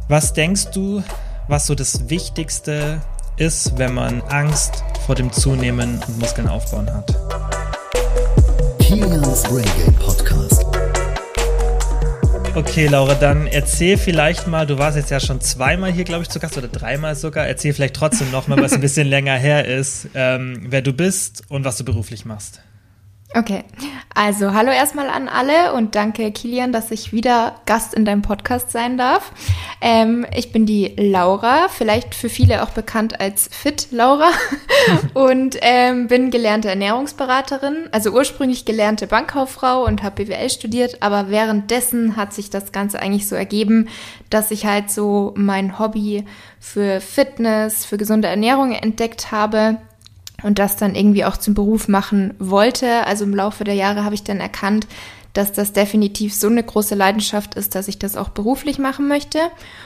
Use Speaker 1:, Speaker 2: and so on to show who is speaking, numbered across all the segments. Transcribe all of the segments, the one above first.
Speaker 1: Was denkst du, was so das Wichtigste ist, wenn man Angst vor dem Zunehmen und Muskeln aufbauen hat?
Speaker 2: Kilians Brain Game Podcast.
Speaker 1: Okay, Laura, dann erzähl vielleicht mal, du warst jetzt ja schon zweimal hier, glaube ich, zu Gast oder dreimal sogar. Erzähl vielleicht trotzdem nochmal, was ein bisschen länger her ist, wer du bist und was du beruflich machst.
Speaker 3: Okay, also hallo erstmal an alle und danke Kilian, dass ich wieder Gast in deinem Podcast sein darf. Ich bin die Laura, vielleicht für viele auch bekannt als Fit Laura und bin gelernte Ernährungsberaterin, also ursprünglich gelernte Bankkauffrau und habe BWL studiert, aber währenddessen hat sich das Ganze eigentlich so ergeben, dass ich halt so mein Hobby für Fitness, für gesunde Ernährung entdeckt habe. Und das dann irgendwie auch zum Beruf machen wollte. Also im Laufe der Jahre habe ich dann erkannt, dass das definitiv so eine große Leidenschaft ist, dass ich das auch beruflich machen möchte.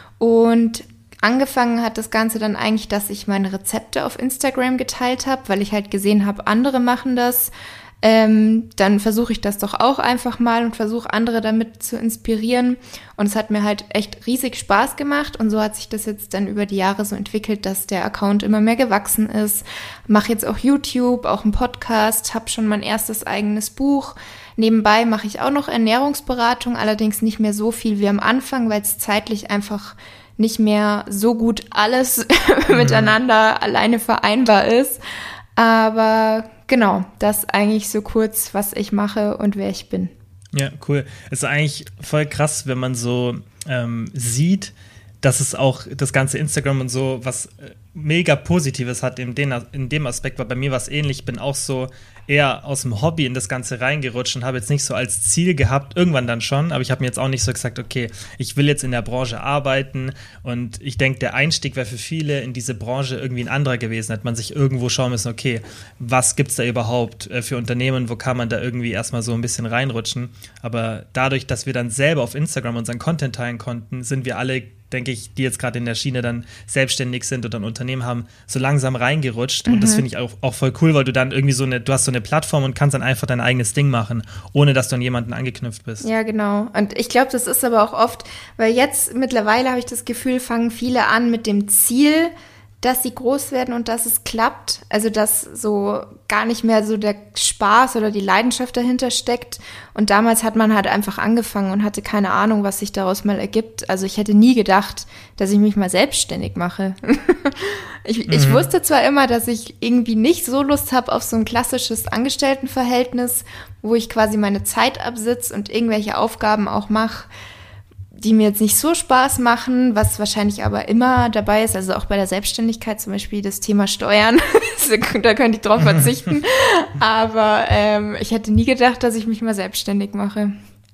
Speaker 3: Und angefangen hat das Ganze dann eigentlich, dass ich meine Rezepte auf Instagram geteilt habe, weil ich halt gesehen habe, andere machen das. Dann versuche ich das doch auch einfach mal und versuche andere damit zu inspirieren. Und es hat mir halt echt riesig Spaß gemacht und so hat sich das jetzt dann über die Jahre so entwickelt, dass der Account immer mehr gewachsen ist. Mache jetzt auch YouTube, auch einen Podcast, habe schon mein erstes eigenes Buch. Nebenbei mache ich auch noch Ernährungsberatung, allerdings nicht mehr so viel wie am Anfang, weil es zeitlich einfach nicht mehr so gut alles miteinander alleine vereinbar ist. Aber genau, das eigentlich so kurz, was ich mache und wer ich bin.
Speaker 1: Ja, cool. Es ist eigentlich voll krass, wenn man so sieht, dass es auch das ganze Instagram und so was mega Positives hat in dem Aspekt, weil bei mir war es ähnlich. Ich bin auch so eher aus dem Hobby in das Ganze reingerutscht und habe jetzt nicht so als Ziel gehabt, irgendwann dann schon, aber ich habe mir jetzt auch nicht so gesagt, okay, ich will jetzt in der Branche arbeiten und ich denke, der Einstieg wäre für viele in diese Branche irgendwie ein anderer gewesen, hat man sich irgendwo schauen müssen, okay, was gibt's da überhaupt für Unternehmen, wo kann man da irgendwie erstmal so ein bisschen reinrutschen, aber dadurch, dass wir dann selber auf Instagram unseren Content teilen konnten, sind wir alle, denke ich, die jetzt gerade in der Schiene dann selbstständig sind oder ein Unternehmen haben, so langsam reingerutscht. Und das finde ich auch voll cool, weil du dann irgendwie du hast so eine Plattform und kannst dann einfach dein eigenes Ding machen, ohne dass du an jemanden angeknüpft bist.
Speaker 3: Ja, genau. Und ich glaube, das ist aber auch oft, weil jetzt mittlerweile habe ich das Gefühl, fangen viele an mit dem Ziel, dass sie groß werden und dass es klappt. Also, dass so gar nicht mehr so der Spaß oder die Leidenschaft dahinter steckt. Und damals hat man halt einfach angefangen und hatte keine Ahnung, was sich daraus mal ergibt. Also, ich hätte nie gedacht, dass ich mich mal selbstständig mache. Ich wusste zwar immer, dass ich irgendwie nicht so Lust habe auf so ein klassisches Angestelltenverhältnis, wo ich quasi meine Zeit absitze und irgendwelche Aufgaben auch mache, die mir jetzt nicht so Spaß machen, was wahrscheinlich aber immer dabei ist, also auch bei der Selbstständigkeit zum Beispiel das Thema Steuern, da könnte ich drauf verzichten, aber ich hätte nie gedacht, dass ich mich mal selbstständig mache.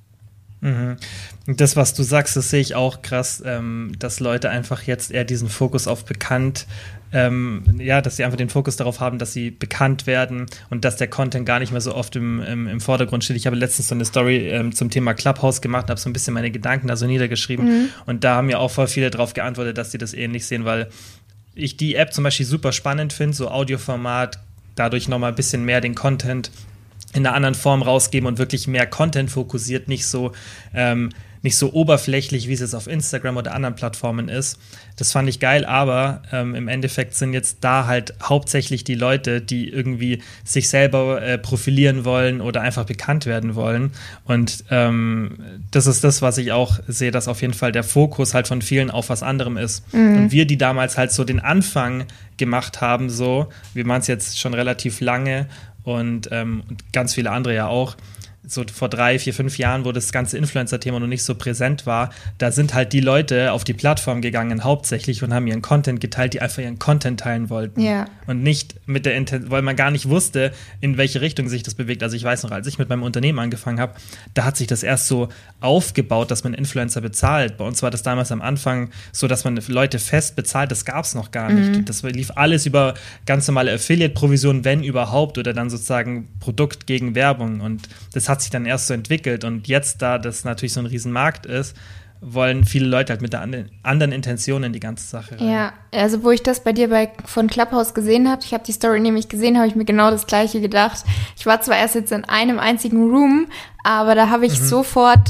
Speaker 1: Das, was du sagst, das sehe ich auch krass, dass Leute einfach jetzt eher diesen Fokus auf bekannt, dass sie einfach den Fokus darauf haben, dass sie bekannt werden und dass der Content gar nicht mehr so oft im Vordergrund steht. Ich habe letztens so eine Story zum Thema Clubhouse gemacht und habe so ein bisschen meine Gedanken da so niedergeschrieben und da haben ja auch voll viele drauf geantwortet, dass sie das ähnlich sehen, weil ich die App zum Beispiel super spannend finde, so Audioformat, dadurch nochmal ein bisschen mehr den Content in einer anderen Form rausgeben und wirklich mehr Content fokussiert, nicht so oberflächlich, wie es jetzt auf Instagram oder anderen Plattformen ist. Das fand ich geil, aber im Endeffekt sind jetzt da halt hauptsächlich die Leute, die irgendwie sich selber profilieren wollen oder einfach bekannt werden wollen. Und das ist das, was ich auch sehe, dass auf jeden Fall der Fokus halt von vielen auf was anderem ist. Und wir, die damals halt so den Anfang gemacht haben, so, wir machen es jetzt schon relativ lange und ganz viele andere ja auch, so vor 3, 4, 5 Jahren, wo das ganze Influencer-Thema noch nicht so präsent war, da sind halt die Leute auf die Plattform gegangen hauptsächlich und haben ihren Content geteilt, die einfach ihren Content teilen wollten. Ja. Und nicht mit der Intention, weil man gar nicht wusste, in welche Richtung sich das bewegt. Also ich weiß noch, als ich mit meinem Unternehmen angefangen habe, da hat sich das erst so aufgebaut, dass man Influencer bezahlt. Bei uns war das damals am Anfang so, dass man Leute fest bezahlt, das gab es noch gar nicht. Das lief alles über ganz normale Affiliate-Provisionen, wenn überhaupt, oder dann sozusagen Produkt gegen Werbung. Und das hat sich dann erst so entwickelt und jetzt, da das natürlich so ein Riesenmarkt ist, wollen viele Leute halt mit der anderen Intention in die ganze Sache rein.
Speaker 3: Ja, also wo ich das bei dir von Clubhouse gesehen habe, ich habe die Story nämlich gesehen, habe ich mir genau das Gleiche gedacht. Ich war zwar erst jetzt in einem einzigen Room, aber da habe ich sofort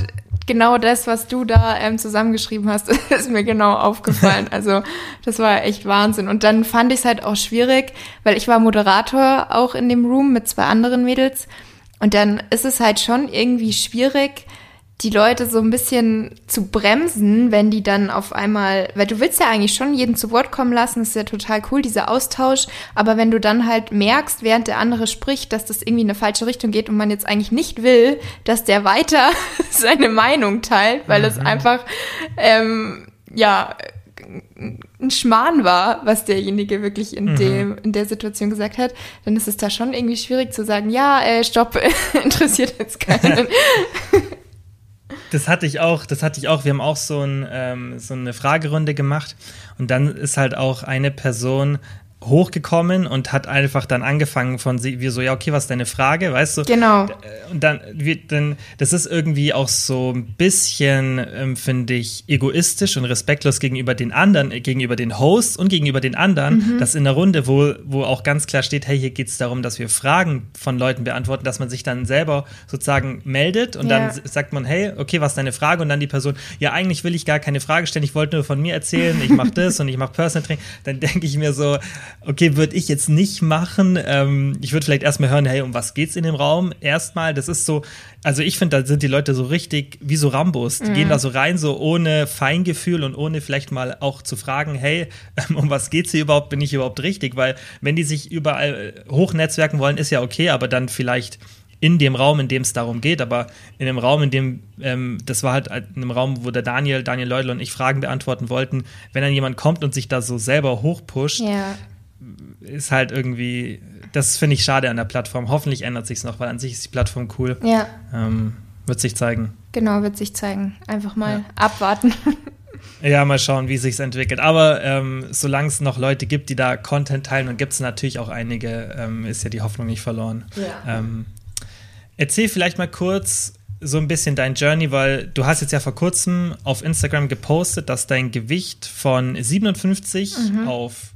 Speaker 3: genau das, was du da zusammengeschrieben hast, ist mir genau aufgefallen. Also das war echt Wahnsinn. Und dann fand ich es halt auch schwierig, weil ich war Moderator auch in dem Room mit 2 anderen Mädels. Und dann ist es halt schon irgendwie schwierig, die Leute so ein bisschen zu bremsen, wenn die dann auf einmal, weil du willst ja eigentlich schon jeden zu Wort kommen lassen, das ist ja total cool, dieser Austausch, aber wenn du dann halt merkst, während der andere spricht, dass das irgendwie in eine falsche Richtung geht und man jetzt eigentlich nicht will, dass der weiter seine Meinung teilt, weil es einfach, ein Schmarrn war, was derjenige wirklich in der Situation gesagt hat, dann ist es da schon irgendwie schwierig zu sagen, stopp, interessiert jetzt keinen.
Speaker 1: Das hatte ich auch. Wir haben auch so eine Fragerunde gemacht und dann ist halt auch eine Person hochgekommen und hat einfach dann angefangen von wie so, ja, okay, was ist deine Frage, weißt du?
Speaker 3: Genau.
Speaker 1: Und dann das ist irgendwie auch so ein bisschen, finde ich, egoistisch und respektlos gegenüber den anderen, gegenüber den Hosts und gegenüber den anderen, dass in der Runde, wo auch ganz klar steht, hey, hier geht es darum, dass wir Fragen von Leuten beantworten, dass man sich dann selber sozusagen meldet und dann sagt man, hey, okay, was ist deine Frage? Und dann die Person, ja, eigentlich will ich gar keine Frage stellen, ich wollte nur von mir erzählen, ich mache das und ich mache Personal Training. Dann denke ich mir so, okay, würde ich jetzt nicht machen. Ich würde vielleicht erstmal hören, hey, um was geht's in dem Raum? Erstmal, das ist so, also ich finde, da sind die Leute so richtig wie so Rambos. Die gehen da so rein, so ohne Feingefühl und ohne vielleicht mal auch zu fragen, hey, um was geht's hier überhaupt? Bin ich überhaupt richtig? Weil wenn die sich überall hochnetzwerken wollen, ist ja okay, aber dann vielleicht in dem Raum, in dem es darum geht, aber in dem Raum, in dem, das war halt in einem Raum, wo der Daniel Leudl und ich Fragen beantworten wollten, wenn dann jemand kommt und sich da so selber hochpusht, ist halt irgendwie, das finde ich schade an der Plattform. Hoffentlich ändert sich es noch, weil an sich ist die Plattform cool.
Speaker 3: Ja.
Speaker 1: Wird sich zeigen.
Speaker 3: Genau, wird sich zeigen. Einfach mal abwarten.
Speaker 1: Ja, mal schauen, wie es sich entwickelt. Aber solange es noch Leute gibt, die da Content teilen, und gibt es natürlich auch einige, ist ja die Hoffnung nicht verloren.
Speaker 3: Ja.
Speaker 1: Erzähl vielleicht mal kurz so ein bisschen dein Journey, weil du hast jetzt ja vor kurzem auf Instagram gepostet, dass dein Gewicht von 57 auf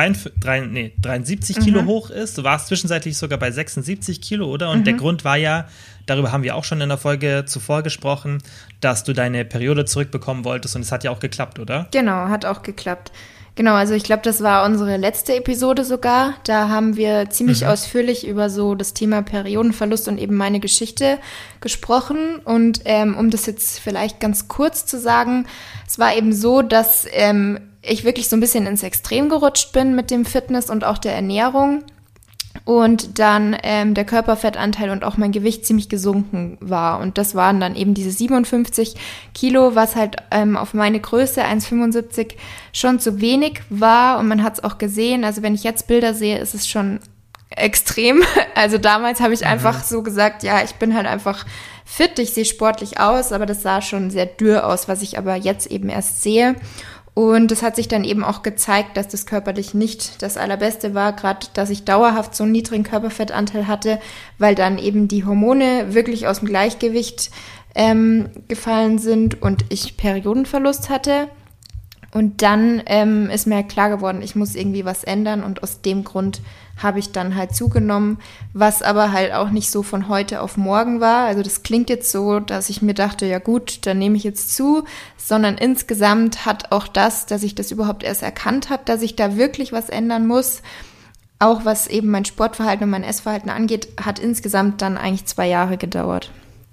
Speaker 1: 73 Kilo hoch ist. Du warst zwischenzeitlich sogar bei 76 Kilo, oder? Und der Grund war ja, darüber haben wir auch schon in der Folge zuvor gesprochen, dass du deine Periode zurückbekommen wolltest und es hat ja auch geklappt, oder?
Speaker 3: Genau, hat auch geklappt. Genau, also ich glaube, das war unsere letzte Episode sogar. Da haben wir ziemlich ausführlich über so das Thema Periodenverlust und eben meine Geschichte gesprochen. Und um das jetzt vielleicht ganz kurz zu sagen, es war eben so, dass ich wirklich so ein bisschen ins Extrem gerutscht bin mit dem Fitness und auch der Ernährung. Und dann der Körperfettanteil und auch mein Gewicht ziemlich gesunken war. Und das waren dann eben diese 57 Kilo, was halt auf meine Größe 1,75 schon zu wenig war. Und man hat es auch gesehen. Also wenn ich jetzt Bilder sehe, ist es schon extrem. Also damals habe ich einfach so gesagt, ja, ich bin halt einfach fit, ich sehe sportlich aus, aber das sah schon sehr dürr aus, was ich aber jetzt eben erst sehe. Und es hat sich dann eben auch gezeigt, dass das körperlich nicht das Allerbeste war, gerade dass ich dauerhaft so einen niedrigen Körperfettanteil hatte, weil dann eben die Hormone wirklich aus dem Gleichgewicht gefallen sind und ich Periodenverlust hatte. Und dann ist mir klar geworden, ich muss irgendwie was ändern und aus dem Grund habe ich dann halt zugenommen, was aber halt auch nicht so von heute auf morgen war. Also das klingt jetzt so, dass ich mir dachte, ja gut, dann nehme ich jetzt zu, sondern insgesamt hat auch das, dass ich das überhaupt erst erkannt habe, dass ich da wirklich was ändern muss, auch was eben mein Sportverhalten und mein Essverhalten angeht, hat insgesamt dann eigentlich 2 Jahre gedauert.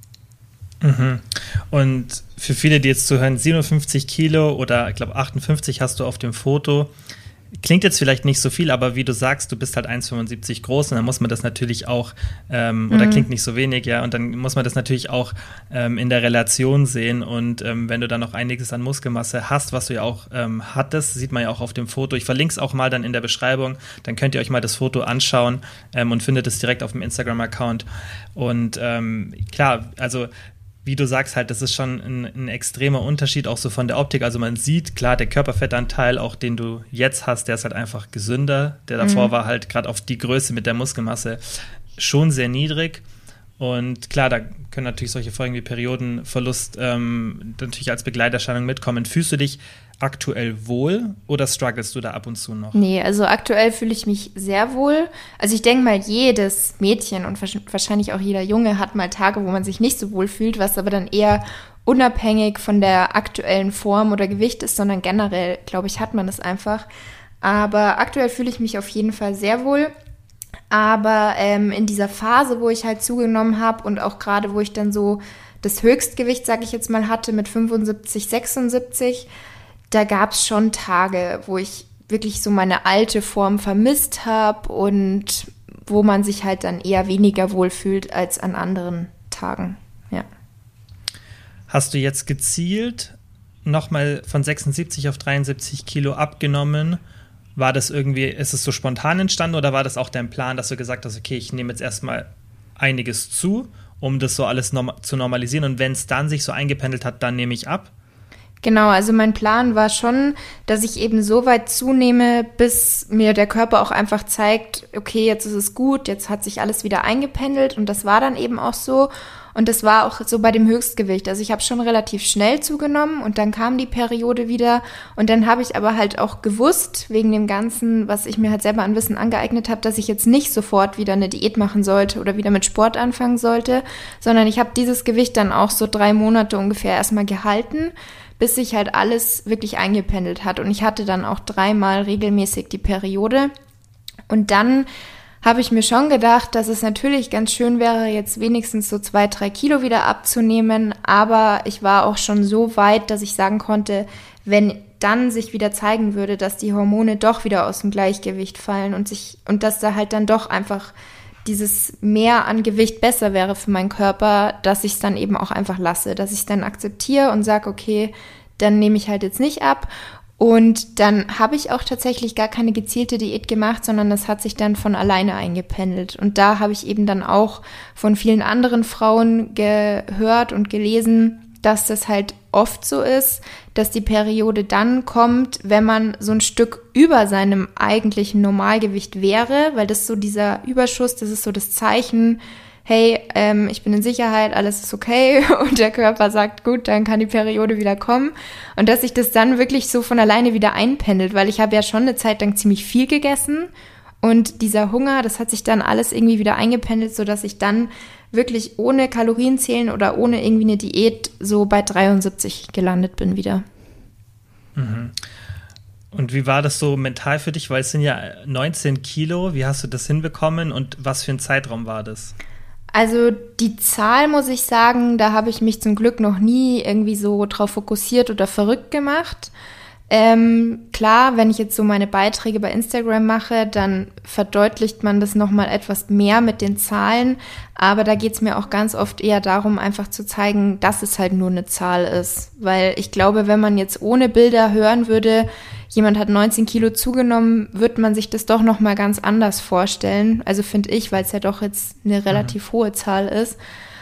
Speaker 1: Und für viele, die jetzt zuhören, 57 Kilo oder ich glaube 58 hast du auf dem Foto. Klingt jetzt vielleicht nicht so viel, aber wie du sagst, du bist halt 1,75 groß und dann muss man das natürlich auch, oder klingt nicht so wenig, ja, und dann muss man das natürlich auch in der Relation sehen und wenn du dann noch einiges an Muskelmasse hast, was du ja auch hattest, sieht man ja auch auf dem Foto. Ich verlinke es auch mal dann in der Beschreibung, dann könnt ihr euch mal das Foto anschauen und findet es direkt auf dem Instagram-Account und klar, also wie du sagst halt, das ist schon ein extremer Unterschied, auch so von der Optik. Also man sieht, klar, der Körperfettanteil, auch den du jetzt hast, der ist halt einfach gesünder. Der davor war halt gerade auf die Größe mit der Muskelmasse schon sehr niedrig. Und klar, da können natürlich solche Folgen wie Periodenverlust natürlich als Begleiterscheinung mitkommen. Fühlst du dich aktuell wohl oder strugglest du da ab und zu noch?
Speaker 3: Nee, also aktuell fühle ich mich sehr wohl. Also ich denke mal, jedes Mädchen und wahrscheinlich auch jeder Junge hat mal Tage, wo man sich nicht so wohl fühlt, was aber dann eher unabhängig von der aktuellen Form oder Gewicht ist, sondern generell, glaube ich, hat man das einfach. Aber aktuell fühle ich mich auf jeden Fall sehr wohl. Aber in dieser Phase, wo ich halt zugenommen habe und auch gerade, wo ich dann so das Höchstgewicht, sage ich jetzt mal, hatte mit 75, 76, da gab es schon Tage, wo ich wirklich so meine alte Form vermisst habe und wo man sich halt dann eher weniger wohl fühlt als an anderen Tagen, ja.
Speaker 1: Hast du jetzt gezielt nochmal von 76 auf 73 Kilo abgenommen? War das irgendwie, ist es so spontan entstanden oder war das auch dein Plan, dass du gesagt hast, okay, ich nehme jetzt erstmal einiges zu, um das so alles zu normalisieren und wenn es dann sich so eingependelt hat, dann nehme ich ab?
Speaker 3: Genau, also mein Plan war schon, dass ich eben so weit zunehme, bis mir der Körper auch einfach zeigt, okay, jetzt ist es gut, jetzt hat sich alles wieder eingependelt und das war dann eben auch so. Und das war auch so bei dem Höchstgewicht. Also ich habe schon relativ schnell zugenommen und dann kam die Periode wieder. Und dann habe ich aber halt auch gewusst, wegen dem Ganzen, was ich mir halt selber an Wissen angeeignet habe, dass ich jetzt nicht sofort wieder eine Diät machen sollte oder wieder mit Sport anfangen sollte, sondern ich habe dieses Gewicht dann auch so 3 Monate ungefähr erstmal gehalten, bis sich halt alles wirklich eingependelt hat. Und ich hatte dann auch 3-mal regelmäßig die Periode. Und dann habe ich mir schon gedacht, dass es natürlich ganz schön wäre, jetzt wenigstens so 2-3 Kilo wieder abzunehmen. Aber ich war auch schon so weit, dass ich sagen konnte, wenn dann sich wieder zeigen würde, dass die Hormone doch wieder aus dem Gleichgewicht fallen und dass da halt dann doch einfach dieses Mehr an Gewicht besser wäre für meinen Körper, dass ich es dann eben auch einfach lasse, dass ich es dann akzeptiere und sage, okay, dann nehme ich halt jetzt nicht ab. Und dann habe ich auch tatsächlich gar keine gezielte Diät gemacht, sondern das hat sich dann von alleine eingependelt. Und da habe ich eben dann auch von vielen anderen Frauen gehört und gelesen, dass das halt oft so ist, dass die Periode dann kommt, wenn man so ein Stück über seinem eigentlichen Normalgewicht wäre, weil das so dieser Überschuss, das ist so das Zeichen, hey, ich bin in Sicherheit, alles ist okay und der Körper sagt, gut, dann kann die Periode wieder kommen und dass sich das dann wirklich so von alleine wieder einpendelt, weil ich habe ja schon eine Zeit lang ziemlich viel gegessen und dieser Hunger, das hat sich dann alles irgendwie wieder eingependelt, sodass ich dann wirklich ohne Kalorienzählen oder ohne irgendwie eine Diät so bei 73 gelandet bin wieder.
Speaker 1: Mhm. Und wie war das so mental für dich? Weil es sind ja 19 Kilo. Wie hast du das hinbekommen und was für ein Zeitraum war das?
Speaker 3: Also die Zahl, muss ich sagen, da habe ich mich zum Glück noch nie irgendwie so drauf fokussiert oder verrückt gemacht. Klar, wenn ich jetzt so meine Beiträge bei Instagram mache, dann verdeutlicht man das nochmal etwas mehr mit den Zahlen. Aber da geht es mir auch ganz oft eher darum, einfach zu zeigen, dass es halt nur eine Zahl ist. Weil ich glaube, wenn man jetzt ohne Bilder hören würde, jemand hat 19 Kilo zugenommen, wird man sich das doch nochmal ganz anders vorstellen. Also finde ich, weil es ja doch jetzt eine relativ hohe Zahl ist.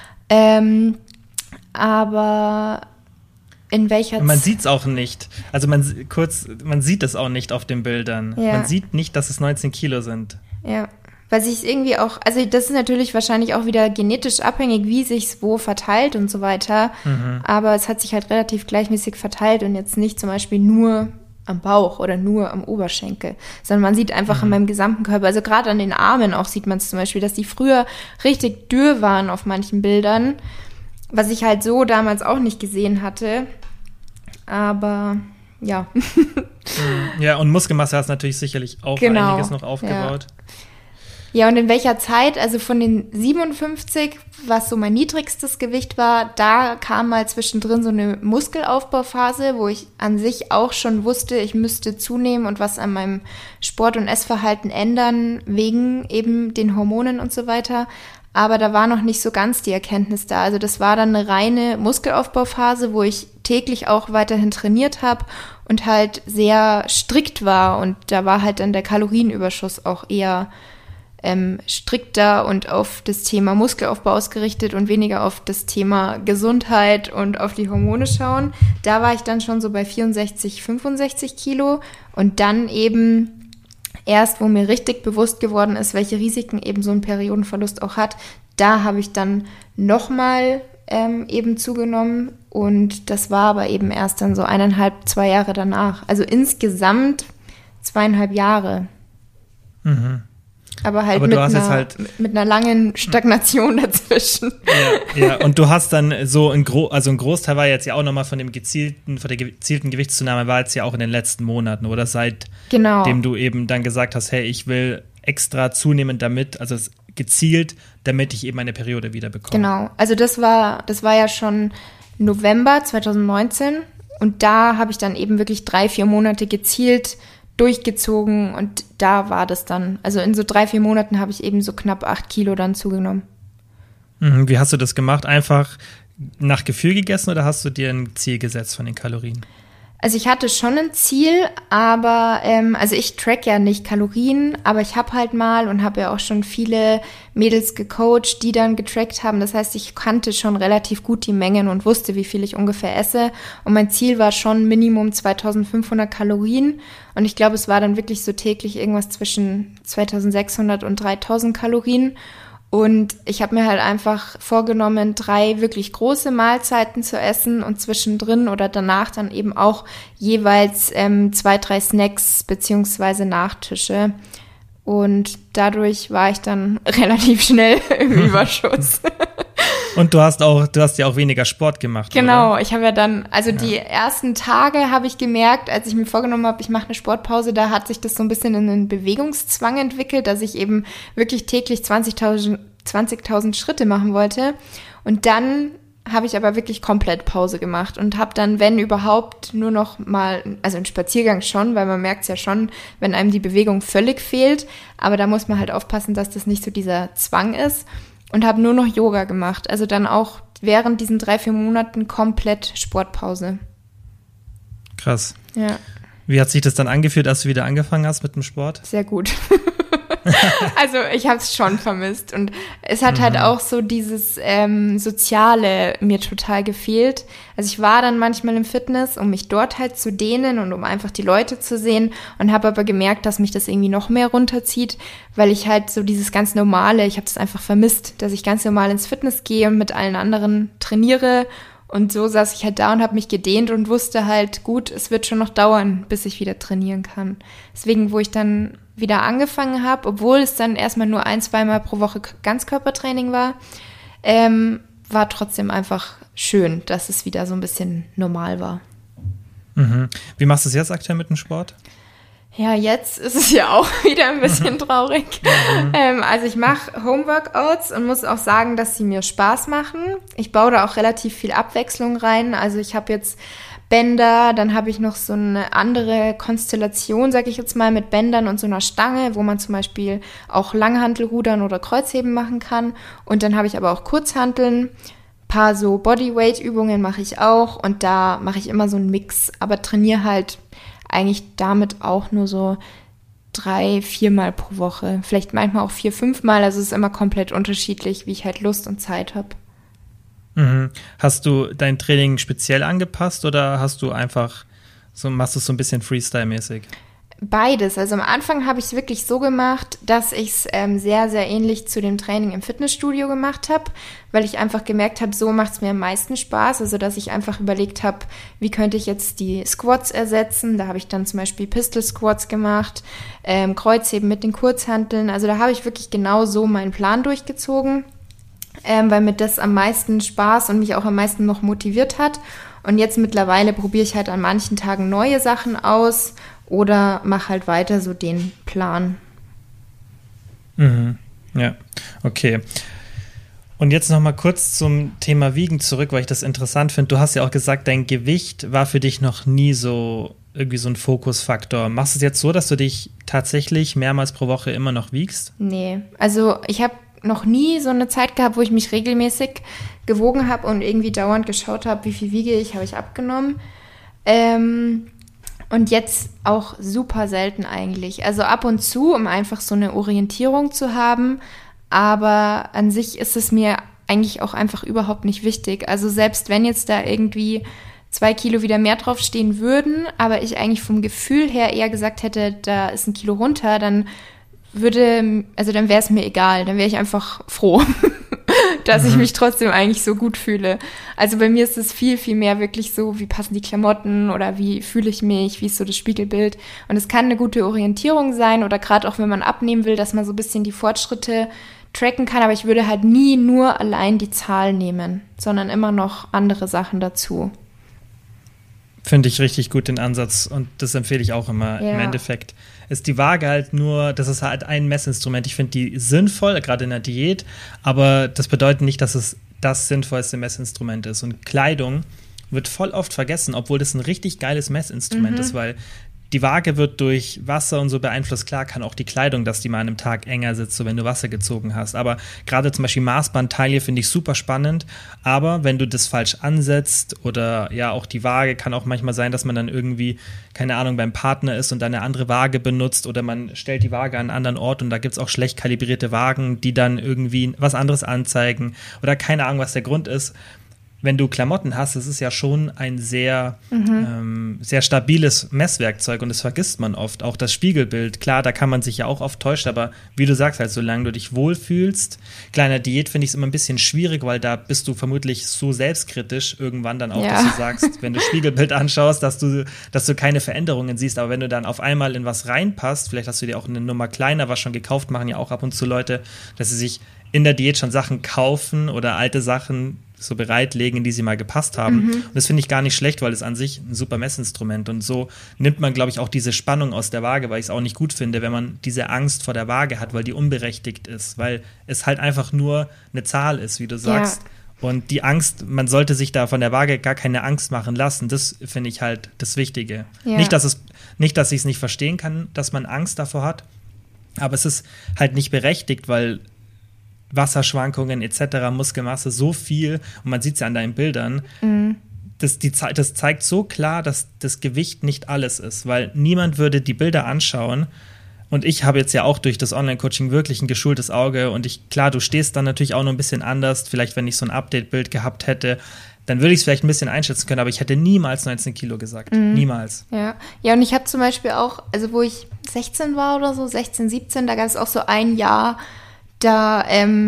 Speaker 3: Aber in welcher
Speaker 1: man sieht es auch nicht. Also man sieht es auch nicht auf den Bildern. Ja. Man sieht nicht, dass es 19 Kilo sind.
Speaker 3: Ja, weil sich irgendwie auch, also das ist natürlich wahrscheinlich auch wieder genetisch abhängig, wie sich's wo verteilt und so weiter. Mhm. Aber es hat sich halt relativ gleichmäßig verteilt und jetzt nicht zum Beispiel nur am Bauch oder nur am Oberschenkel, sondern man sieht einfach an meinem gesamten Körper, also gerade an den Armen auch sieht man es zum Beispiel, dass die früher richtig dürr waren auf manchen Bildern, was ich halt so damals auch nicht gesehen hatte. Aber ja.
Speaker 1: Ja, und Muskelmasse hast natürlich sicherlich auch einiges noch aufgebaut.
Speaker 3: Ja, und in welcher Zeit, also von den 57, was so mein niedrigstes Gewicht war, da kam mal zwischendrin so eine Muskelaufbauphase, wo ich an sich auch schon wusste, ich müsste zunehmen und was an meinem Sport- und Essverhalten ändern, wegen eben den Hormonen und so weiter. Aber da war noch nicht so ganz die Erkenntnis da. Also das war dann eine reine Muskelaufbauphase, wo ich täglich auch weiterhin trainiert habe und halt sehr strikt war. Und da war halt dann der Kalorienüberschuss auch eher strikter und auf das Thema Muskelaufbau ausgerichtet und weniger auf das Thema Gesundheit und auf die Hormone schauen. Da war ich dann schon so bei 64, 65 Kilo und dann eben erst, wo mir richtig bewusst geworden ist, welche Risiken eben so ein Periodenverlust auch hat, da habe ich dann nochmal eben zugenommen und das war aber eben erst dann so 1,5, 2 Jahre danach. Also insgesamt 2,5 Jahre.
Speaker 1: Mhm.
Speaker 3: Aber halt,
Speaker 1: Aber
Speaker 3: mit,
Speaker 1: du hast jetzt
Speaker 3: einer,
Speaker 1: halt-
Speaker 3: mit einer langen Stagnation dazwischen.
Speaker 1: Ja, und du hast dann so ein Großteil war jetzt ja auch nochmal von der gezielten Gewichtszunahme war jetzt ja auch in den letzten Monaten oder seitdem
Speaker 3: Genau.
Speaker 1: du eben dann gesagt hast, hey, ich will extra zunehmen gezielt, damit ich eben meine Periode wieder bekomme.
Speaker 3: Genau, also das war ja schon November 2019 und da habe ich dann eben wirklich 3-4 Monate gezielt durchgezogen und da war das dann, also in so 3-4 Monaten habe ich eben so knapp 8 Kilo dann zugenommen.
Speaker 1: Mhm, wie hast du das gemacht? Einfach nach Gefühl gegessen oder hast du dir ein Ziel gesetzt von den Kalorien?
Speaker 3: Also ich hatte schon ein Ziel, aber also ich track ja nicht Kalorien, aber ich habe halt mal und habe ja auch schon viele Mädels gecoacht, die dann getrackt haben. Das heißt, ich kannte schon relativ gut die Mengen und wusste, wie viel ich ungefähr esse. Und mein Ziel war schon Minimum 2500 Kalorien. Und ich glaube, es war dann wirklich so täglich irgendwas zwischen 2600 und 3000 Kalorien. Und ich habe mir halt einfach vorgenommen, 3 wirklich große Mahlzeiten zu essen und zwischendrin oder danach dann eben auch jeweils 2-3 Snacks beziehungsweise Nachtische. Und dadurch war ich dann relativ schnell im Überschuss.
Speaker 1: Und du hast ja auch weniger Sport gemacht,
Speaker 3: Genau,
Speaker 1: oder?
Speaker 3: ich habe ja dann, also die ersten Tage habe ich gemerkt, als ich mir vorgenommen habe, ich mache eine Sportpause, da hat sich das so ein bisschen in einen Bewegungszwang entwickelt, dass ich eben wirklich täglich 20.000 Schritte machen wollte. Und dann habe ich aber wirklich komplett Pause gemacht und habe dann, wenn überhaupt, nur noch mal, also einen Spaziergang schon, weil man merkt es ja schon, wenn einem die Bewegung völlig fehlt. Aber da muss man halt aufpassen, dass das nicht so dieser Zwang ist. Und habe nur noch Yoga gemacht. Also dann auch während diesen 3-4 Monaten komplett Sportpause.
Speaker 1: Krass.
Speaker 3: Ja,
Speaker 1: Wie hat sich das dann angefühlt, als du wieder angefangen hast mit dem Sport?
Speaker 3: sehr gut. Also ich habe es schon vermisst. Und es hat halt auch so dieses Soziale mir total gefehlt. Also ich war dann manchmal im Fitness, um mich dort halt zu dehnen und um einfach die Leute zu sehen und habe aber gemerkt, dass mich das irgendwie noch mehr runterzieht, weil ich halt so dieses ganz Normale, ich habe das einfach vermisst, dass ich ganz normal ins Fitness gehe und mit allen anderen trainiere. Und so saß ich halt da und habe mich gedehnt und wusste halt, gut, es wird schon noch dauern, bis ich wieder trainieren kann. Deswegen, wo ich dann wieder angefangen habe, obwohl es dann erstmal nur 1-2 Mal pro Woche Ganzkörpertraining war, war trotzdem einfach schön, dass es wieder so ein bisschen normal war.
Speaker 1: Mhm. Wie machst du es jetzt aktuell mit dem Sport?
Speaker 3: Ja, jetzt ist es ja auch wieder ein bisschen traurig. Also ich mache Homeworkouts und muss auch sagen, dass sie mir Spaß machen. Ich baue da auch relativ viel Abwechslung rein. Also ich habe jetzt Bänder, dann habe ich noch so eine andere Konstellation, sage ich jetzt mal, mit Bändern und so einer Stange, wo man zum Beispiel auch Langhantelrudern oder Kreuzheben machen kann. Und dann habe ich aber auch Kurzhanteln. Ein paar so Bodyweight-Übungen mache ich auch und da mache ich immer so einen Mix, aber trainiere halt eigentlich damit auch nur so 3-4 Mal pro Woche. Vielleicht manchmal auch 4-5 Mal. Also es ist immer komplett unterschiedlich, wie ich halt Lust und Zeit habe.
Speaker 1: Mhm. Hast du dein Training speziell angepasst oder hast du einfach machst du es so ein bisschen Freestyle-mäßig?
Speaker 3: Beides. Also am Anfang habe ich es wirklich so gemacht, dass ich es sehr, sehr ähnlich zu dem Training im Fitnessstudio gemacht habe, weil ich einfach gemerkt habe, so macht es mir am meisten Spaß. Also dass ich einfach überlegt habe, wie könnte ich jetzt die Squats ersetzen. Da habe ich dann zum Beispiel Pistol Squats gemacht, Kreuzheben mit den Kurzhanteln. Also da habe ich wirklich genau so meinen Plan durchgezogen, weil mir das am meisten Spaß und mich auch am meisten noch motiviert hat. Und jetzt mittlerweile probiere ich halt an manchen Tagen neue Sachen aus oder mache halt weiter so den Plan.
Speaker 1: Mhm. Ja, okay. Und jetzt noch mal kurz zum Thema Wiegen zurück, weil ich das interessant finde. Du hast ja auch gesagt, dein Gewicht war für dich noch nie so irgendwie so ein Fokusfaktor. Machst du es jetzt so, dass du dich tatsächlich mehrmals pro Woche immer noch wiegst?
Speaker 3: Nee, also ich habe noch nie so eine Zeit gehabt, wo ich mich regelmäßig gewogen habe und irgendwie dauernd geschaut habe, wie viel wiege ich, habe ich abgenommen. Und jetzt auch super selten eigentlich. Also ab und zu, um einfach so eine Orientierung zu haben. Aber an sich ist es mir eigentlich auch einfach überhaupt nicht wichtig. Also selbst wenn jetzt da irgendwie 2 Kilo wieder mehr draufstehen würden, aber ich eigentlich vom Gefühl her eher gesagt hätte, da ist 1 Kilo runter, dann wäre es mir egal. Dann wäre ich einfach froh. dass ich mich trotzdem eigentlich so gut fühle. Also bei mir ist es viel, viel mehr wirklich so, wie passen die Klamotten oder wie fühle ich mich, wie ist so das Spiegelbild. Und es kann eine gute Orientierung sein oder gerade auch, wenn man abnehmen will, dass man so ein bisschen die Fortschritte tracken kann. Aber ich würde halt nie nur allein die Zahl nehmen, sondern immer noch andere Sachen dazu.
Speaker 1: Finde ich richtig gut, den Ansatz. Und das empfehle ich auch immer. Im Endeffekt ist die Waage halt nur, das ist halt ein Messinstrument. Ich finde die sinnvoll, gerade in der Diät, aber das bedeutet nicht, dass es das sinnvollste Messinstrument ist. Und Kleidung wird voll oft vergessen, obwohl das ein richtig geiles Messinstrument ist, weil die Waage wird durch Wasser und so beeinflusst. Klar kann auch die Kleidung, dass die mal an einem Tag enger sitzt, so wenn du Wasser gezogen hast. Aber gerade zum Beispiel Maßbandtaille finde ich super spannend. Aber wenn du das falsch ansetzt oder ja auch die Waage, kann auch manchmal sein, dass man dann irgendwie, keine Ahnung, beim Partner ist und dann eine andere Waage benutzt oder man stellt die Waage an einen anderen Ort und da gibt es auch schlecht kalibrierte Wagen, die dann irgendwie was anderes anzeigen oder keine Ahnung, was der Grund ist. Wenn du Klamotten hast, das ist ja schon ein sehr, sehr stabiles Messwerkzeug und das vergisst man oft. Auch das Spiegelbild, klar, da kann man sich ja auch oft täuschen, aber wie du sagst, halt, solange du dich wohlfühlst, kleiner Diät finde ich es immer ein bisschen schwierig, weil da bist du vermutlich so selbstkritisch irgendwann dann auch, dass du sagst, wenn du Spiegelbild anschaust, dass du keine Veränderungen siehst, aber wenn du dann auf einmal in was reinpasst, vielleicht hast du dir auch eine Nummer kleiner was schon gekauft, machen ja auch ab und zu Leute, dass sie sich in der Diät schon Sachen kaufen oder alte Sachen so bereitlegen, in die sie mal gepasst haben. Und das finde ich gar nicht schlecht, weil es an sich ein super Messinstrument und so nimmt man, glaube ich, auch diese Spannung aus der Waage, weil ich es auch nicht gut finde, wenn man diese Angst vor der Waage hat, weil die unberechtigt ist, weil es halt einfach nur eine Zahl ist, wie du sagst. Ja. Und die Angst, man sollte sich da von der Waage gar keine Angst machen lassen. Das finde ich halt das Wichtige. Ja. Nicht, dass ich es nicht verstehen kann, dass man Angst davor hat, aber es ist halt nicht berechtigt, weil Wasserschwankungen etc., Muskelmasse, so viel, und man sieht es ja an deinen Bildern, das zeigt so klar, dass das Gewicht nicht alles ist, weil niemand würde die Bilder anschauen und ich habe jetzt ja auch durch das Online-Coaching wirklich ein geschultes Auge und klar, du stehst dann natürlich auch noch ein bisschen anders, vielleicht wenn ich so ein Update-Bild gehabt hätte, dann würde ich es vielleicht ein bisschen einschätzen können, aber ich hätte niemals 19 Kilo gesagt, niemals.
Speaker 3: Ja, und ich habe zum Beispiel auch, also wo ich 16 war oder so, 16, 17, da gab es auch so ein Jahr, da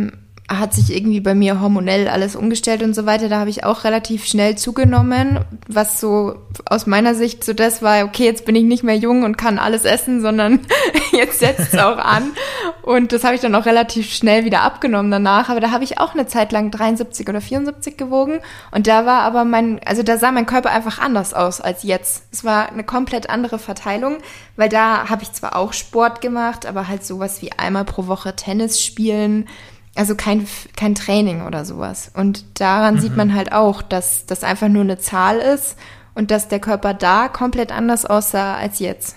Speaker 3: hat sich irgendwie bei mir hormonell alles umgestellt und so weiter. Da habe ich auch relativ schnell zugenommen, was so aus meiner Sicht so das war, okay, jetzt bin ich nicht mehr jung und kann alles essen, sondern jetzt setzt es auch an. Und das habe ich dann auch relativ schnell wieder abgenommen danach. Aber da habe ich auch eine Zeit lang 73 oder 74 gewogen. Und da war aber da sah mein Körper einfach anders aus als jetzt. Es war eine komplett andere Verteilung, weil da habe ich zwar auch Sport gemacht, aber halt sowas wie einmal pro Woche Tennis spielen, also kein Training oder sowas. Und daran sieht man halt auch, dass das einfach nur eine Zahl ist und dass der Körper da komplett anders aussah als jetzt.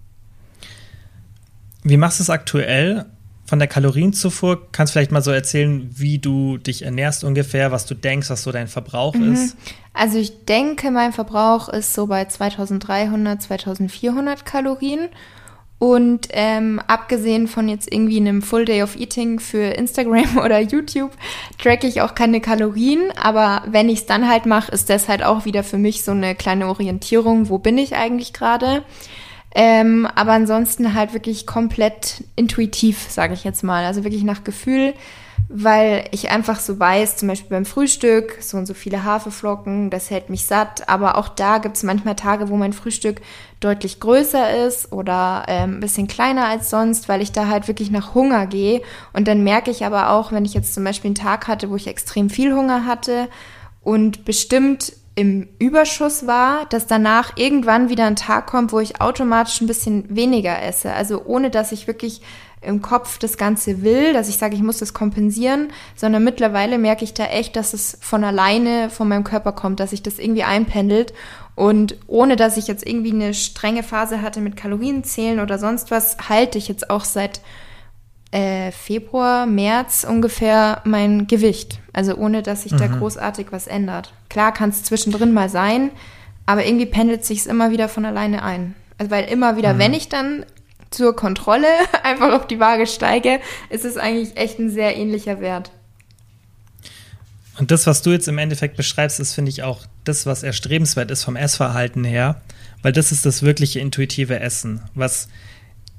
Speaker 1: Wie machst du es aktuell von der Kalorienzufuhr? Kannst du vielleicht mal so erzählen, wie du dich ernährst ungefähr, was du denkst, was so dein Verbrauch ist?
Speaker 3: Also ich denke, mein Verbrauch ist so bei 2300, 2400 Kalorien. Und abgesehen von jetzt irgendwie einem Full Day of Eating für Instagram oder YouTube, tracke ich auch keine Kalorien. Aber wenn ich es dann halt mache, ist das halt auch wieder für mich so eine kleine Orientierung, wo bin ich eigentlich gerade. Aber ansonsten halt wirklich komplett intuitiv, sage ich jetzt mal. Also wirklich nach Gefühl, weil ich einfach so weiß, zum Beispiel beim Frühstück, so und so viele Haferflocken, das hält mich satt. Aber auch da gibt es manchmal Tage, wo mein Frühstück deutlich größer ist oder ein bisschen kleiner als sonst, weil ich da halt wirklich nach Hunger gehe. Und dann merke ich aber auch, wenn ich jetzt zum Beispiel einen Tag hatte, wo ich extrem viel Hunger hatte und bestimmt im Überschuss war, dass danach irgendwann wieder ein Tag kommt, wo ich automatisch ein bisschen weniger esse. Also ohne, dass ich wirklich im Kopf das Ganze will, dass ich sage, ich muss das kompensieren, sondern mittlerweile merke ich da echt, dass es von alleine von meinem Körper kommt, dass sich das irgendwie einpendelt und ohne, dass ich jetzt irgendwie eine strenge Phase hatte mit Kalorienzählen oder sonst was, halte ich jetzt auch seit Februar, März ungefähr mein Gewicht. Also ohne, dass sich da großartig was ändert. Klar kann es zwischendrin mal sein, aber irgendwie pendelt sich es immer wieder von alleine ein. Also weil immer wieder, wenn ich dann zur Kontrolle einfach auf die Waage steige, ist es eigentlich echt ein sehr ähnlicher Wert.
Speaker 1: Und das, was du jetzt im Endeffekt beschreibst, ist, finde ich, auch das, was erstrebenswert ist vom Essverhalten her, weil das ist das wirkliche intuitive Essen, was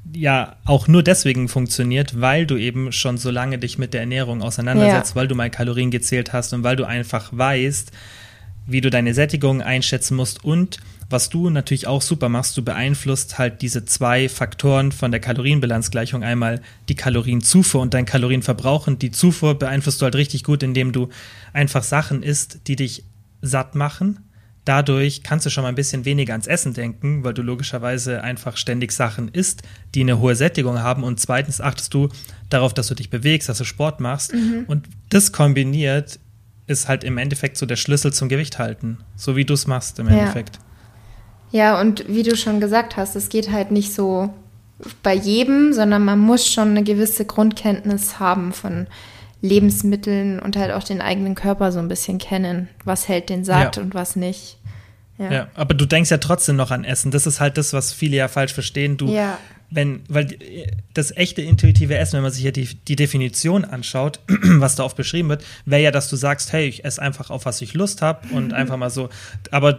Speaker 1: ja auch nur deswegen funktioniert, weil du eben schon so lange dich mit der Ernährung auseinandersetzt, weil du mal Kalorien gezählt hast und weil du einfach weißt, wie du deine Sättigung einschätzen musst und was du natürlich auch super machst, du beeinflusst halt diese 2 Faktoren von der Kalorienbilanzgleichung, einmal die Kalorienzufuhr und dein Kalorienverbrauch, und die Zufuhr beeinflusst du halt richtig gut, indem du einfach Sachen isst, die dich satt machen. Dadurch kannst du schon mal ein bisschen weniger ans Essen denken, weil du logischerweise einfach ständig Sachen isst, die eine hohe Sättigung haben, und zweitens achtest du darauf, dass du dich bewegst, dass du Sport machst, und das kombiniert ist halt im Endeffekt so der Schlüssel zum Gewicht halten, so wie du es machst im Endeffekt.
Speaker 3: Ja, und wie du schon gesagt hast, es geht halt nicht so bei jedem, sondern man muss schon eine gewisse Grundkenntnis haben von Lebensmitteln und halt auch den eigenen Körper so ein bisschen kennen. Was hält den satt und was nicht.
Speaker 1: Ja, aber du denkst ja trotzdem noch an Essen. Das ist halt das, was viele ja falsch verstehen. Weil das echte intuitive Essen, wenn man sich hier die Definition anschaut, was da oft beschrieben wird, wäre ja, dass du sagst, hey, ich esse einfach auf, was ich Lust habe und einfach mal so. Aber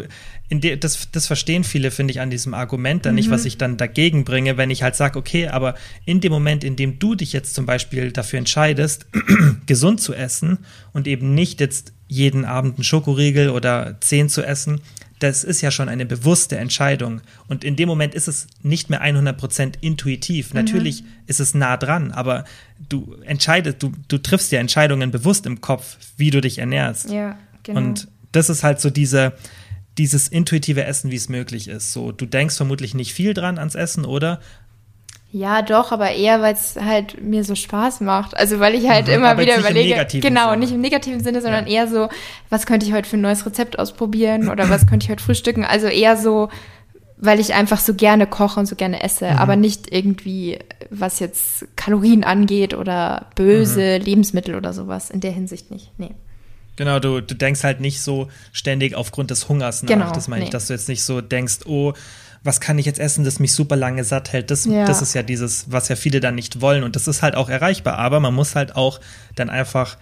Speaker 1: das verstehen viele, finde ich, an diesem Argument dann nicht, was ich dann dagegen bringe, wenn ich halt sage, okay, aber in dem Moment, in dem du dich jetzt zum Beispiel dafür entscheidest, gesund zu essen und eben nicht jetzt jeden Abend einen Schokoriegel oder 10 zu essen, das ist ja schon eine bewusste Entscheidung. Und in dem Moment ist es nicht mehr 100% intuitiv. Natürlich ist es nah dran, aber du triffst ja Entscheidungen bewusst im Kopf, wie du dich ernährst.
Speaker 3: Ja, genau.
Speaker 1: Und das ist halt so dieses intuitive Essen, wie es möglich ist. So, du denkst vermutlich nicht viel dran ans Essen, oder?
Speaker 3: Ja, doch, aber eher, weil es halt mir so Spaß macht. Also, weil ich halt immer wieder überlege. Genau, nicht im negativen Sinne, sondern eher so, was könnte ich heute für ein neues Rezept ausprobieren oder was könnte ich heute frühstücken? Also eher so, weil ich einfach so gerne koche und so gerne esse, aber nicht irgendwie, was jetzt Kalorien angeht oder böse Lebensmittel oder sowas. In der Hinsicht nicht, nee.
Speaker 1: Genau, du denkst halt nicht so ständig aufgrund des Hungers nach. Genau, das meine ich, dass du jetzt nicht so denkst, oh, was kann ich jetzt essen, das mich super lange satt hält. Das ist ja dieses, was ja viele dann nicht wollen. Und das ist halt auch erreichbar. Aber man muss halt auch dann einfach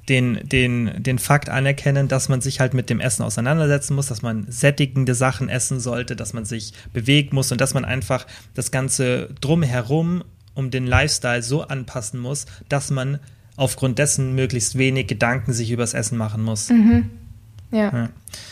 Speaker 1: den Fakt anerkennen, dass man sich halt mit dem Essen auseinandersetzen muss, dass man sättigende Sachen essen sollte, dass man sich bewegen muss und dass man einfach das Ganze drumherum um den Lifestyle so anpassen muss, dass man aufgrund dessen möglichst wenig Gedanken sich übers Essen machen muss.
Speaker 3: Ja.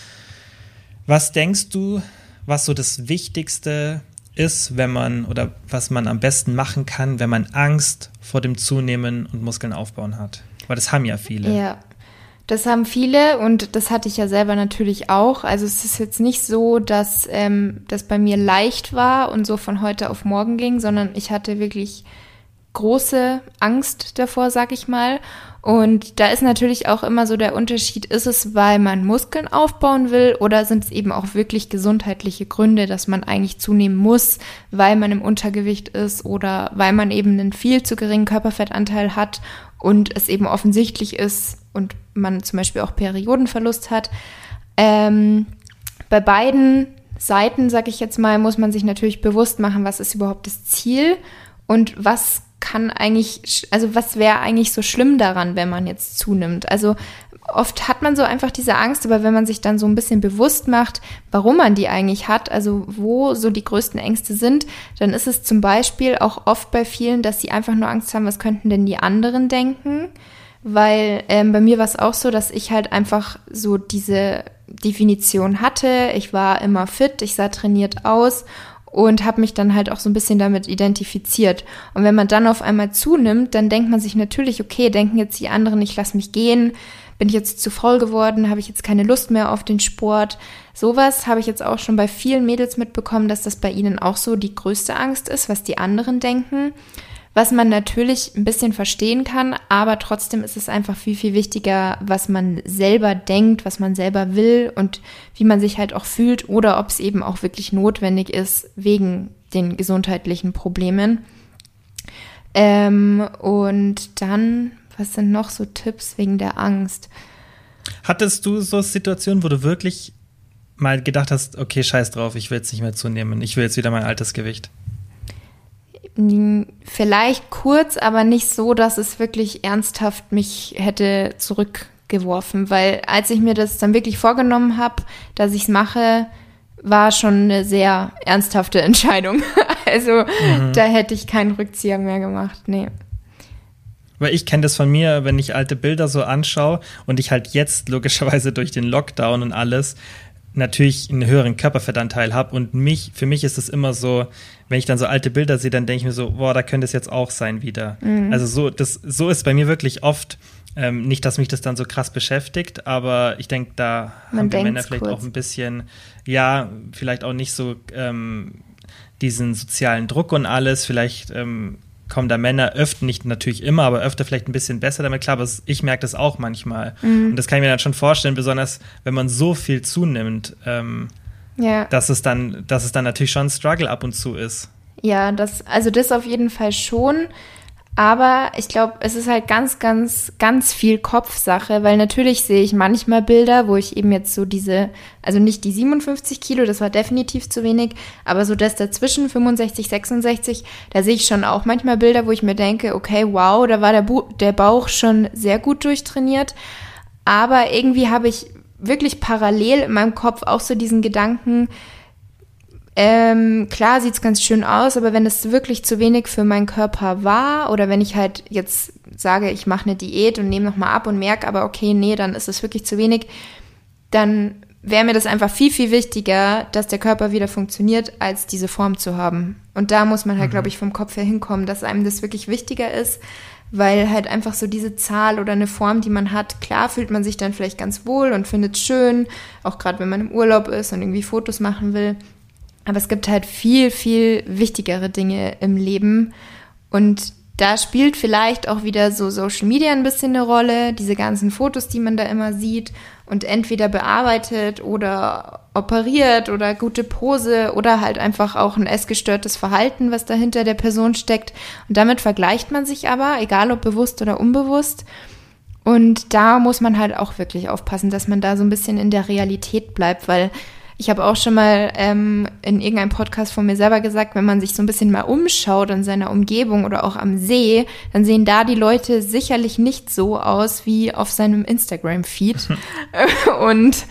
Speaker 1: Was denkst du, was so das Wichtigste ist, was man am besten machen kann, wenn man Angst vor dem Zunehmen und Muskeln aufbauen hat? Weil das haben ja viele.
Speaker 3: Ja, das haben viele und das hatte ich ja selber natürlich auch. Also es ist jetzt nicht so, dass das bei mir leicht war und so von heute auf morgen ging, sondern ich hatte wirklich große Angst davor, sag ich mal. Und da ist natürlich auch immer so der Unterschied, ist es, weil man Muskeln aufbauen will oder sind es eben auch wirklich gesundheitliche Gründe, dass man eigentlich zunehmen muss, weil man im Untergewicht ist oder weil man eben einen viel zu geringen Körperfettanteil hat und es eben offensichtlich ist und man zum Beispiel auch Periodenverlust hat. Bei beiden Seiten, sag ich jetzt mal, muss man sich natürlich bewusst machen, was ist überhaupt das Ziel und was wäre eigentlich so schlimm daran, wenn man jetzt zunimmt? Also oft hat man so einfach diese Angst, aber wenn man sich dann so ein bisschen bewusst macht, warum man die eigentlich hat, also wo so die größten Ängste sind, dann ist es zum Beispiel auch oft bei vielen, dass sie einfach nur Angst haben, was könnten denn die anderen denken? Weil bei mir war es auch so, dass ich halt einfach so diese Definition hatte. Ich war immer fit, ich sah trainiert aus und habe mich dann halt auch so ein bisschen damit identifiziert. Und wenn man dann auf einmal zunimmt, dann denkt man sich natürlich, okay, denken jetzt die anderen, ich lasse mich gehen, bin ich jetzt zu faul geworden, habe ich jetzt keine Lust mehr auf den Sport. Sowas habe ich jetzt auch schon bei vielen Mädels mitbekommen, dass das bei ihnen auch so die größte Angst ist, was die anderen denken. Was man natürlich ein bisschen verstehen kann, aber trotzdem ist es einfach viel, viel wichtiger, was man selber denkt, was man selber will und wie man sich halt auch fühlt oder ob es eben auch wirklich notwendig ist wegen den gesundheitlichen Problemen. Und dann, was sind noch so Tipps wegen der Angst?
Speaker 1: Hattest du so Situationen, wo du wirklich mal gedacht hast, okay, scheiß drauf, ich will jetzt nicht mehr zunehmen, ich will jetzt wieder mein altes Gewicht?
Speaker 3: Vielleicht kurz, aber nicht so, dass es wirklich ernsthaft mich hätte zurückgeworfen, weil als ich mir das dann wirklich vorgenommen habe, dass ich es mache, war schon eine sehr ernsthafte Entscheidung. Also da hätte ich keinen Rückzieher mehr gemacht, nee.
Speaker 1: Weil ich kenne das von mir, wenn ich alte Bilder so anschaue und ich halt jetzt logischerweise durch den Lockdown und alles natürlich einen höheren Körperfettanteil habe und für mich ist es immer so, wenn ich dann so alte Bilder sehe, dann denke ich mir so, boah, da könnte es jetzt auch sein wieder. Also so ist bei mir wirklich oft, nicht, dass mich das dann so krass beschäftigt, aber ich denke, da haben die Männer vielleicht auch ein bisschen, ja, vielleicht auch nicht so diesen sozialen Druck und alles, vielleicht kommen da Männer öfter, nicht natürlich immer, aber öfter vielleicht ein bisschen besser damit klar, aber ich merke das auch manchmal. Und das kann ich mir dann schon vorstellen, besonders wenn man so viel zunimmt, dass es dann natürlich schon ein Struggle ab und zu ist.
Speaker 3: Ja, das auf jeden Fall schon. Aber ich glaube, es ist halt ganz, ganz, ganz viel Kopfsache, weil natürlich sehe ich manchmal Bilder, wo ich eben jetzt so also nicht die 57 Kilo, das war definitiv zu wenig, aber so das dazwischen, 65, 66, da sehe ich schon auch manchmal Bilder, wo ich mir denke, okay, wow, da war der Bauch schon sehr gut durchtrainiert. Aber irgendwie habe ich wirklich parallel in meinem Kopf auch so diesen Gedanken, klar sieht's ganz schön aus, aber wenn es wirklich zu wenig für meinen Körper war oder wenn ich halt jetzt sage, ich mache eine Diät und nehme nochmal ab und merke aber, okay, nee, dann ist es wirklich zu wenig, dann wäre mir das einfach viel, viel wichtiger, dass der Körper wieder funktioniert, als diese Form zu haben. Und da muss man halt, glaube ich, vom Kopf her hinkommen, dass einem das wirklich wichtiger ist, weil halt einfach so diese Zahl oder eine Form, die man hat, klar fühlt man sich dann vielleicht ganz wohl und findet es schön, auch gerade wenn man im Urlaub ist und irgendwie Fotos machen will. Aber es gibt halt viel, viel wichtigere Dinge im Leben und da spielt vielleicht auch wieder so Social Media ein bisschen eine Rolle, diese ganzen Fotos, die man da immer sieht und entweder bearbeitet oder operiert oder gute Pose oder halt einfach auch ein essgestörtes Verhalten, was dahinter der Person steckt. Und damit vergleicht man sich aber, egal ob bewusst oder unbewusst. Und da muss man halt auch wirklich aufpassen, dass man da so ein bisschen in der Realität bleibt, weil ich habe auch schon mal in irgendeinem Podcast von mir selber gesagt, wenn man sich so ein bisschen mal umschaut in seiner Umgebung oder auch am See, dann sehen da die Leute sicherlich nicht so aus wie auf seinem Instagram-Feed. Und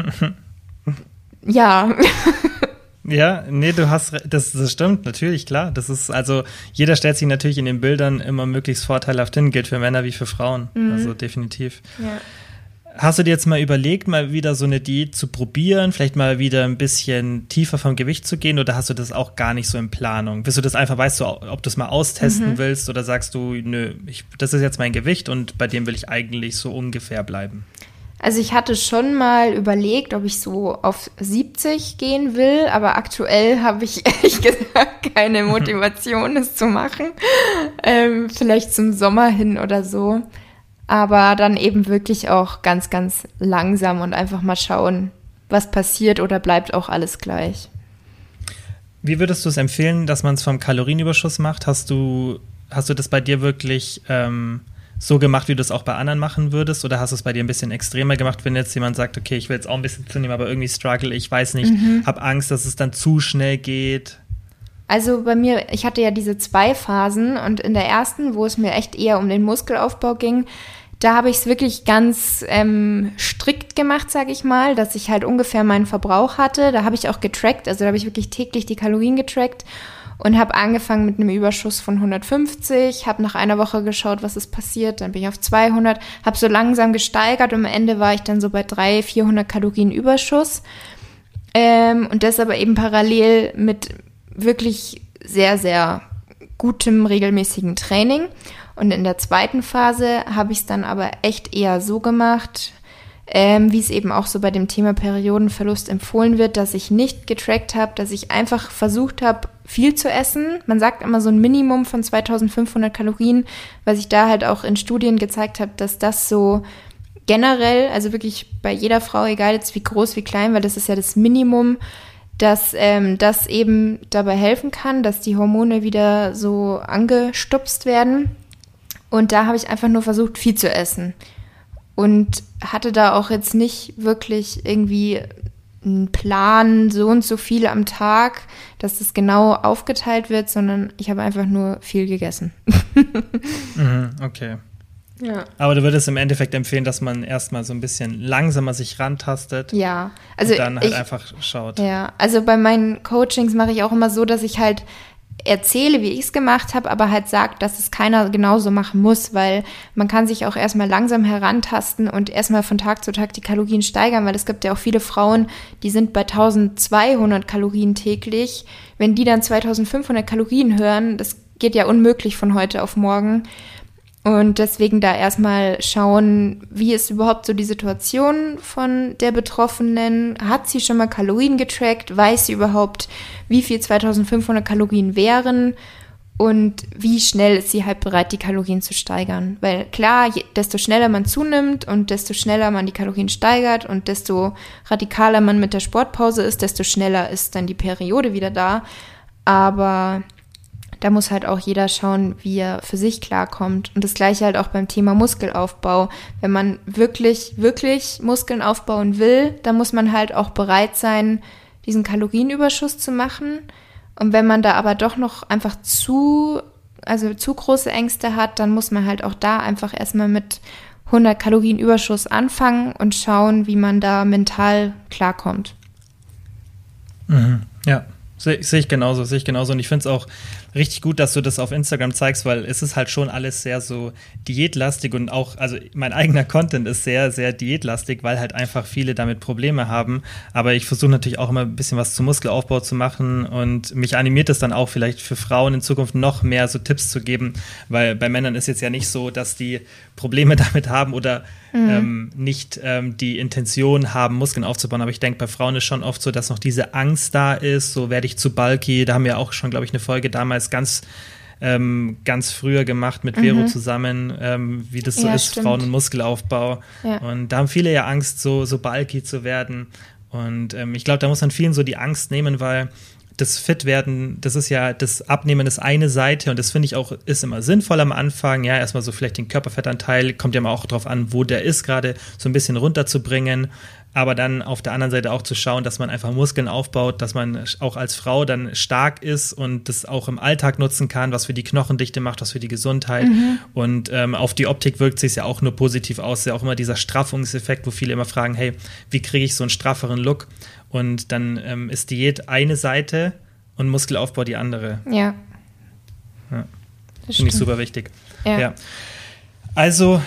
Speaker 3: ja.
Speaker 1: Ja, nee, das stimmt, natürlich, klar. Das ist, also, jeder stellt sich natürlich in den Bildern immer möglichst vorteilhaft hin, gilt für Männer wie für Frauen. Also definitiv. Ja. Hast du dir jetzt mal überlegt, mal wieder so eine Diät zu probieren, vielleicht mal wieder ein bisschen tiefer vom Gewicht zu gehen oder hast du das auch gar nicht so in Planung? Bist du das einfach, weißt du, ob du es mal austesten willst oder sagst du, nö, das ist jetzt mein Gewicht und bei dem will ich eigentlich so ungefähr bleiben?
Speaker 3: Also ich hatte schon mal überlegt, ob ich so auf 70 gehen will, aber aktuell habe ich ehrlich gesagt keine Motivation, es zu machen. Vielleicht zum Sommer hin oder so. Aber dann eben wirklich auch ganz, ganz langsam und einfach mal schauen, was passiert oder bleibt auch alles gleich.
Speaker 1: Wie würdest du es empfehlen, dass man es vom Kalorienüberschuss macht? Hast du das bei dir wirklich so gemacht, wie du es auch bei anderen machen würdest? Oder hast du es bei dir ein bisschen extremer gemacht, wenn jetzt jemand sagt, okay, ich will jetzt auch ein bisschen zunehmen, aber irgendwie struggle, ich weiß nicht, habe Angst, dass es dann zu schnell geht?
Speaker 3: Also bei mir, ich hatte ja diese 2 Phasen und in der ersten, wo es mir echt eher um den Muskelaufbau ging, da habe ich es wirklich ganz strikt gemacht, sage ich mal, dass ich halt ungefähr meinen Verbrauch hatte. Da habe ich auch getrackt, also da habe ich wirklich täglich die Kalorien getrackt und habe angefangen mit einem Überschuss von 150, habe nach einer Woche geschaut, was ist passiert, dann bin ich auf 200, habe so langsam gesteigert und am Ende war ich dann so bei 300, 400 Kalorien Überschuss und das aber eben parallel mit wirklich sehr, sehr gutem, regelmäßigen Training. Und in der zweiten Phase habe ich es dann aber echt eher so gemacht, wie es eben auch so bei dem Thema Periodenverlust empfohlen wird, dass ich nicht getrackt habe, dass ich einfach versucht habe, viel zu essen. Man sagt immer so ein Minimum von 2500 Kalorien, was ich da halt auch in Studien gezeigt habe, dass das so generell, also wirklich bei jeder Frau, egal jetzt wie groß, wie klein, weil das ist ja das Minimum, dass das eben dabei helfen kann, dass die Hormone wieder so angestupst werden. Und da habe ich einfach nur versucht, viel zu essen. Und hatte da auch jetzt nicht wirklich irgendwie einen Plan, so und so viel am Tag, dass das genau aufgeteilt wird, sondern ich habe einfach nur viel gegessen.
Speaker 1: Okay.
Speaker 3: Ja.
Speaker 1: Aber du würdest im Endeffekt empfehlen, dass man erstmal so ein bisschen langsamer sich rantastet.
Speaker 3: Ja. Also
Speaker 1: und dann halt einfach schaut.
Speaker 3: Ja, also bei meinen Coachings mache ich auch immer so, dass ich halt erzähle, wie ich es gemacht habe, aber halt sagt, dass es keiner genauso machen muss, weil man kann sich auch erstmal langsam herantasten und erstmal von Tag zu Tag die Kalorien steigern, weil es gibt ja auch viele Frauen, die sind bei 1200 Kalorien täglich. Wenn die dann 2500 Kalorien hören, das geht ja unmöglich von heute auf morgen. Und deswegen da erstmal schauen, wie ist überhaupt so die Situation von der Betroffenen? Hat sie schon mal Kalorien getrackt? Weiß sie überhaupt, wie viel 2500 Kalorien wären? Und wie schnell ist sie halt bereit, die Kalorien zu steigern? Weil klar, desto schneller man zunimmt und desto schneller man die Kalorien steigert und desto radikaler man mit der Sportpause ist, desto schneller ist dann die Periode wieder da. Aber da muss halt auch jeder schauen, wie er für sich klarkommt. Und das Gleiche halt auch beim Thema Muskelaufbau. Wenn man wirklich, wirklich Muskeln aufbauen will, dann muss man halt auch bereit sein, diesen Kalorienüberschuss zu machen. Und wenn man da aber doch noch einfach zu große Ängste hat, dann muss man halt auch da einfach erstmal mit 100 Kalorienüberschuss anfangen und schauen, wie man da mental klarkommt.
Speaker 1: Mhm, ja. Sehe ich genauso. Und ich finde es auch richtig gut, dass du das auf Instagram zeigst, weil es ist halt schon alles sehr so diätlastig und auch, also mein eigener Content ist sehr, sehr diätlastig, weil halt einfach viele damit Probleme haben. Aber ich versuche natürlich auch immer ein bisschen was zum Muskelaufbau zu machen und mich animiert es dann auch vielleicht für Frauen in Zukunft noch mehr so Tipps zu geben, weil bei Männern ist jetzt ja nicht so, dass die Probleme damit haben oder nicht die Intention haben, Muskeln aufzubauen. Aber ich denke, bei Frauen ist schon oft so, dass noch diese Angst da ist, so werde ich zu bulky. Da haben wir auch schon, glaube ich, eine Folge damals ganz früher gemacht mit Vero zusammen, wie das so ist, stimmt. Frauen- und Muskelaufbau. Ja. Und da haben viele ja Angst, so bulky zu werden. Und ich glaube, da muss man vielen so die Angst nehmen, weil das Fitwerden, das ist ja, das Abnehmen ist eine Seite und das finde ich auch, ist immer sinnvoll am Anfang, ja, erstmal so vielleicht den Körperfettanteil, kommt ja mal auch drauf an, wo der ist, gerade so ein bisschen runterzubringen, aber dann auf der anderen Seite auch zu schauen, dass man einfach Muskeln aufbaut, dass man auch als Frau dann stark ist und das auch im Alltag nutzen kann, was für die Knochendichte macht, was für die Gesundheit und auf die Optik wirkt sich ja auch nur positiv aus, ja auch immer dieser Straffungseffekt, wo viele immer fragen, hey, wie kriege ich so einen strafferen Look? Und dann ist Diät eine Seite und Muskelaufbau die andere.
Speaker 3: Ja.
Speaker 1: Finde ich super wichtig. Ja. Also,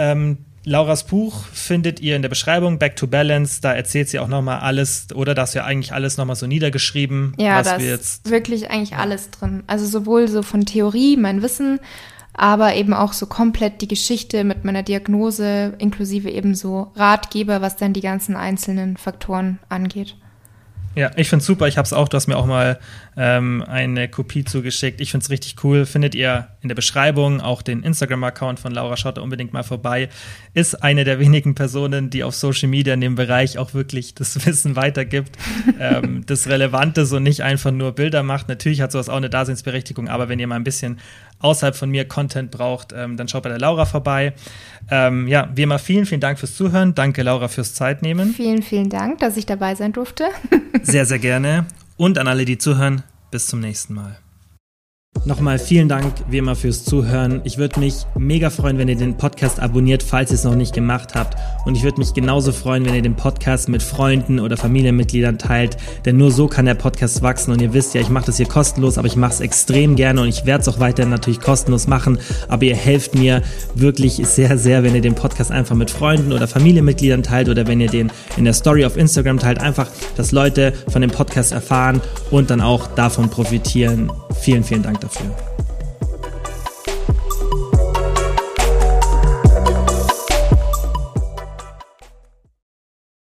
Speaker 1: Lauras Buch findet ihr in der Beschreibung, Back to Balance, da erzählt sie auch nochmal alles, oder da ist ja eigentlich alles nochmal so niedergeschrieben.
Speaker 3: Ja,
Speaker 1: was
Speaker 3: da
Speaker 1: wir
Speaker 3: ist wirklich eigentlich alles drin. Also sowohl so von Theorie, mein Wissen, aber eben auch so komplett die Geschichte mit meiner Diagnose, inklusive eben so Ratgeber, was dann die ganzen einzelnen Faktoren angeht.
Speaker 1: Ja, ich find's super. Ich hab's auch, du hast mir auch mal eine Kopie zugeschickt. Ich find's richtig cool. Findet ihr in der Beschreibung auch den Instagram-Account von Laura. Schaut da unbedingt mal vorbei. Ist eine der wenigen Personen, die auf Social Media in dem Bereich auch wirklich das Wissen weitergibt, das Relevante, so nicht einfach nur Bilder macht. Natürlich hat sowas auch eine Daseinsberechtigung, aber wenn ihr mal ein bisschen außerhalb von mir Content braucht, dann schaut bei der Laura vorbei. Ja, wie immer vielen, vielen Dank fürs Zuhören. Danke, Laura, fürs Zeitnehmen.
Speaker 3: Vielen, vielen Dank, dass ich dabei sein durfte.
Speaker 1: Sehr, sehr gerne. Und an alle, die zuhören, bis zum nächsten Mal. Nochmal vielen Dank, wie immer, fürs Zuhören. Ich würde mich mega freuen, wenn ihr den Podcast abonniert, falls ihr es noch nicht gemacht habt. Und ich würde mich genauso freuen, wenn ihr den Podcast mit Freunden oder Familienmitgliedern teilt. Denn nur so kann der Podcast wachsen. Und ihr wisst ja, ich mache das hier kostenlos, aber ich mache es extrem gerne. Und ich werde es auch weiterhin natürlich kostenlos machen. Aber ihr helft mir wirklich sehr, sehr, wenn ihr den Podcast einfach mit Freunden oder Familienmitgliedern teilt oder wenn ihr den in der Story auf Instagram teilt. Einfach, dass Leute von dem Podcast erfahren und dann auch davon profitieren. Vielen, vielen Dank dafür.